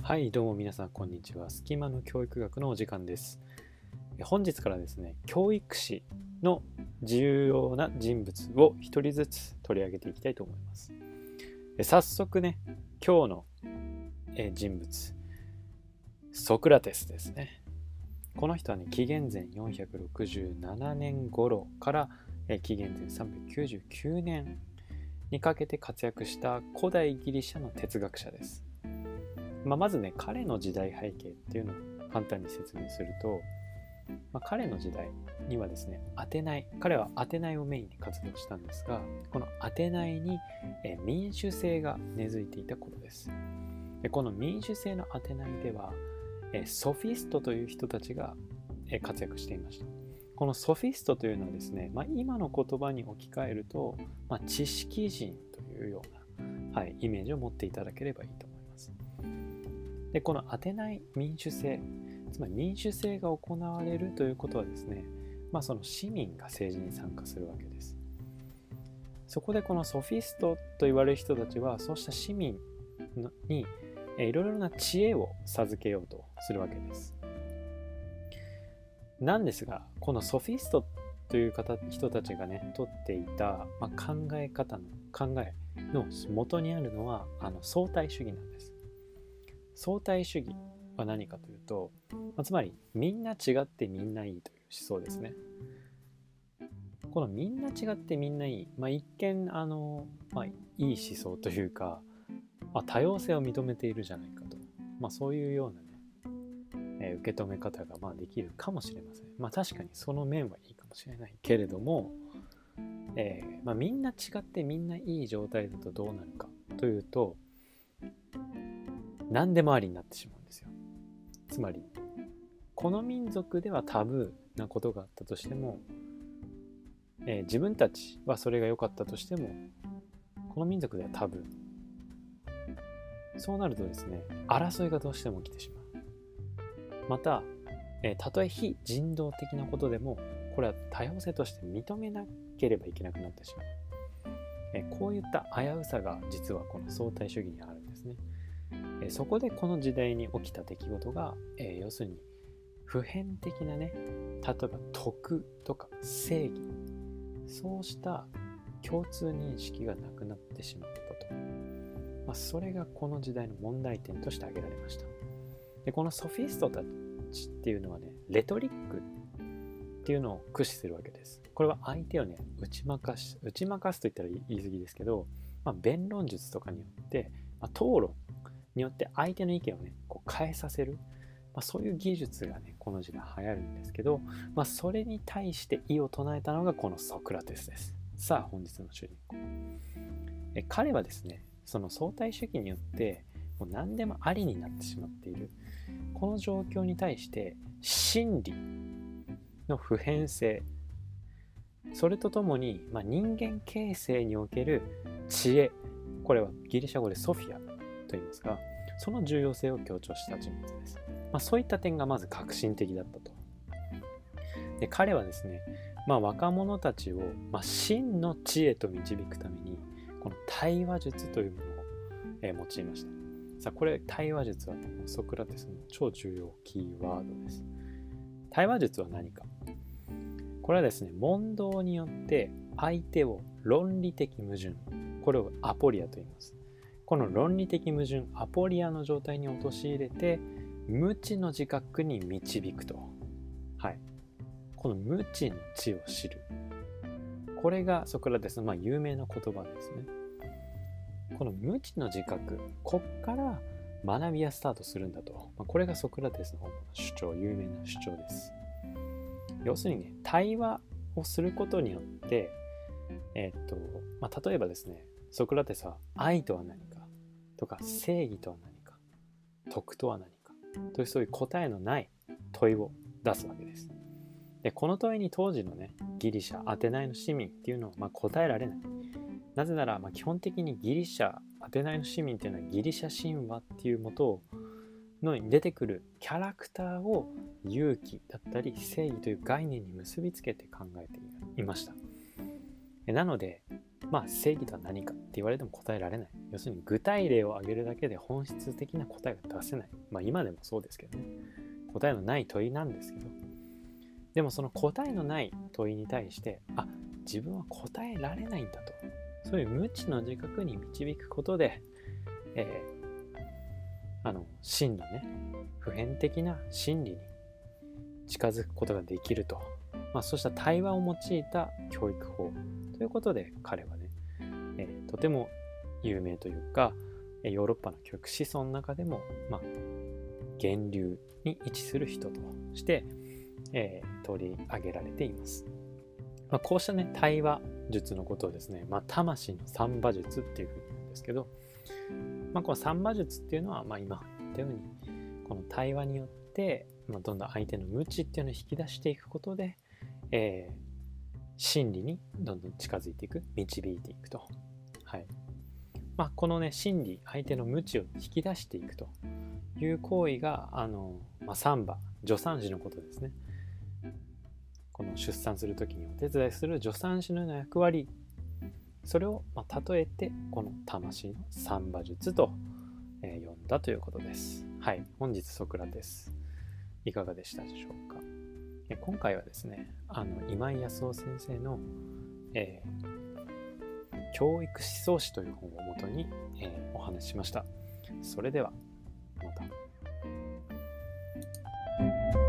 はい、どうも皆さんこんにちは。隙間の教育学のお時間です。本日からですね、教育史の重要な人物を一人ずつ取り上げていきたいと思います。早速ね、今日の人物、ソクラテスですね。この人はね、紀元前467年頃から紀元前399年にかけて活躍した古代ギリシャの哲学者です。まずね、彼の時代背景っていうのを簡単に説明すると、彼の時代にはですね、彼はアテナイをメインに活動したんですが、このアテナイに民主制が根付いていた頃です。でこの民主制のアテナイでは、ソフィストという人たちが活躍していました。このソフィストというのはですね、今の言葉に置き換えると、知識人というような、イメージを持っていただければいいと思います。でこのアテナイ民主制、つまり民主制が行われるということはですね、その市民が政治に参加するわけです。そこでこのソフィストと言われる人たちは、そうした市民にいろいろな知恵を授けようとするわけです。なんですが、このソフィストという人たちがね、取っていた、考えの元にあるのは相対主義なんです。相対主義は何かというと、つまりみんな違ってみんないいという思想ですね。このみんな違ってみんないい、一見いい思想というか、多様性を認めているじゃないかと、そういうようなね、受け止め方ができるかもしれません。確かにその面はいいかもしれないけれども、みんな違ってみんないい状態だとどうなるかというと、何でもありになってしまうんですよ。つまりこの民族ではタブーなことがあったとしても、自分たちはそれが良かったとしても、この民族ではタブー。そうなるとですね、争いがどうしても起きてしまう。また、たとえ非人道的なことでも、これは多様性として認めなければいけなくなってしまう。こういった危うさが実はこの相対主義にあるんですね。そこでこの時代に起きた出来事が、要するに普遍的なね、例えば徳とか正義、そうした共通認識がなくなってしまったと。それがこの時代の問題点として挙げられました。でこのソフィストたちっていうのはね、レトリックっていうのを駆使するわけです。これは相手をね、打ち負かすと言ったら言い過ぎですけど、弁論術とかによって、討論によって相手の意見をね、変えさせる、そういう技術がね、この時代流行るんですけど、それに対して異を唱えたのがこのソクラテスです。さあ本日の主人公、彼はですね、その相対主義によってもう何でもありになってしまっているこの状況に対して、真理の普遍性、それとともに、人間形成における知恵、これはギリシャ語でソフィアと言いますが、その重要性を強調した人物です。そういった点がまず革新的だったと。で彼はですね、若者たちを、真の知恵と導くためにこの対話術というものを、用いました。さあこれ対話術は、ソクラテスの超重要キーワードです。対話術は何か。これはですね、問答によって相手を論理的矛盾、これをアポリアと言います。この論理的矛盾、アポリアの状態に陥れて、無知の自覚に導くと。この無知の知を知る。これがソクラテスの有名な言葉ですね。この無知の自覚、こっから学びがスタートするんだと。これがソクラテスの主な主張、有名な主張です。要するにね、対話をすることによって、例えばですね、ソクラテスは愛とは何かとか、正義とは何か、徳とは何かという、そういう答えのない問いを出すわけです。でこの問いに当時のね、ギリシャアテナイの市民っていうのは答えられない。なぜなら、基本的にギリシャアテナイの市民っていうのはギリシャ神話っていうもとのに出てくるキャラクターを勇気だったり正義という概念に結びつけて考えていました。なので正義とは何かって言われても答えられない。要するに具体例を挙げるだけで本質的な答えが出せない。今でもそうですけどね。答えのない問いなんですけど、でもその答えのない問いに対して、自分は答えられないんだと、そういう無知の自覚に導くことで、真のね、普遍的な真理に近づくことができると、そうした対話を用いた教育法ということで、彼はね、とても有名というか、ヨーロッパの教育思想の中でも、源流に位置する人として、取り上げられています。こうしたね、対話術のことをですね、魂の三馬術っていうふうに言うんですけど、この三馬術っていうのは、今言ったように、この対話によって、どんどん相手の無知っていうのを引き出していくことで、真理にどんどん近づいていく、導いていくと。はい。このね、真理、相手の無知を引き出していくという行為が、三馬、助産師のことですね。この出産するときにお手伝いする助産師のような役割、それを例えてこの魂の三馬術と、呼んだということです。はい、本日ソクラテスいかがでしたでしょうか。今回はですね、今井康夫先生の、教育思想史という本をもとに、お話ししました。それではまた。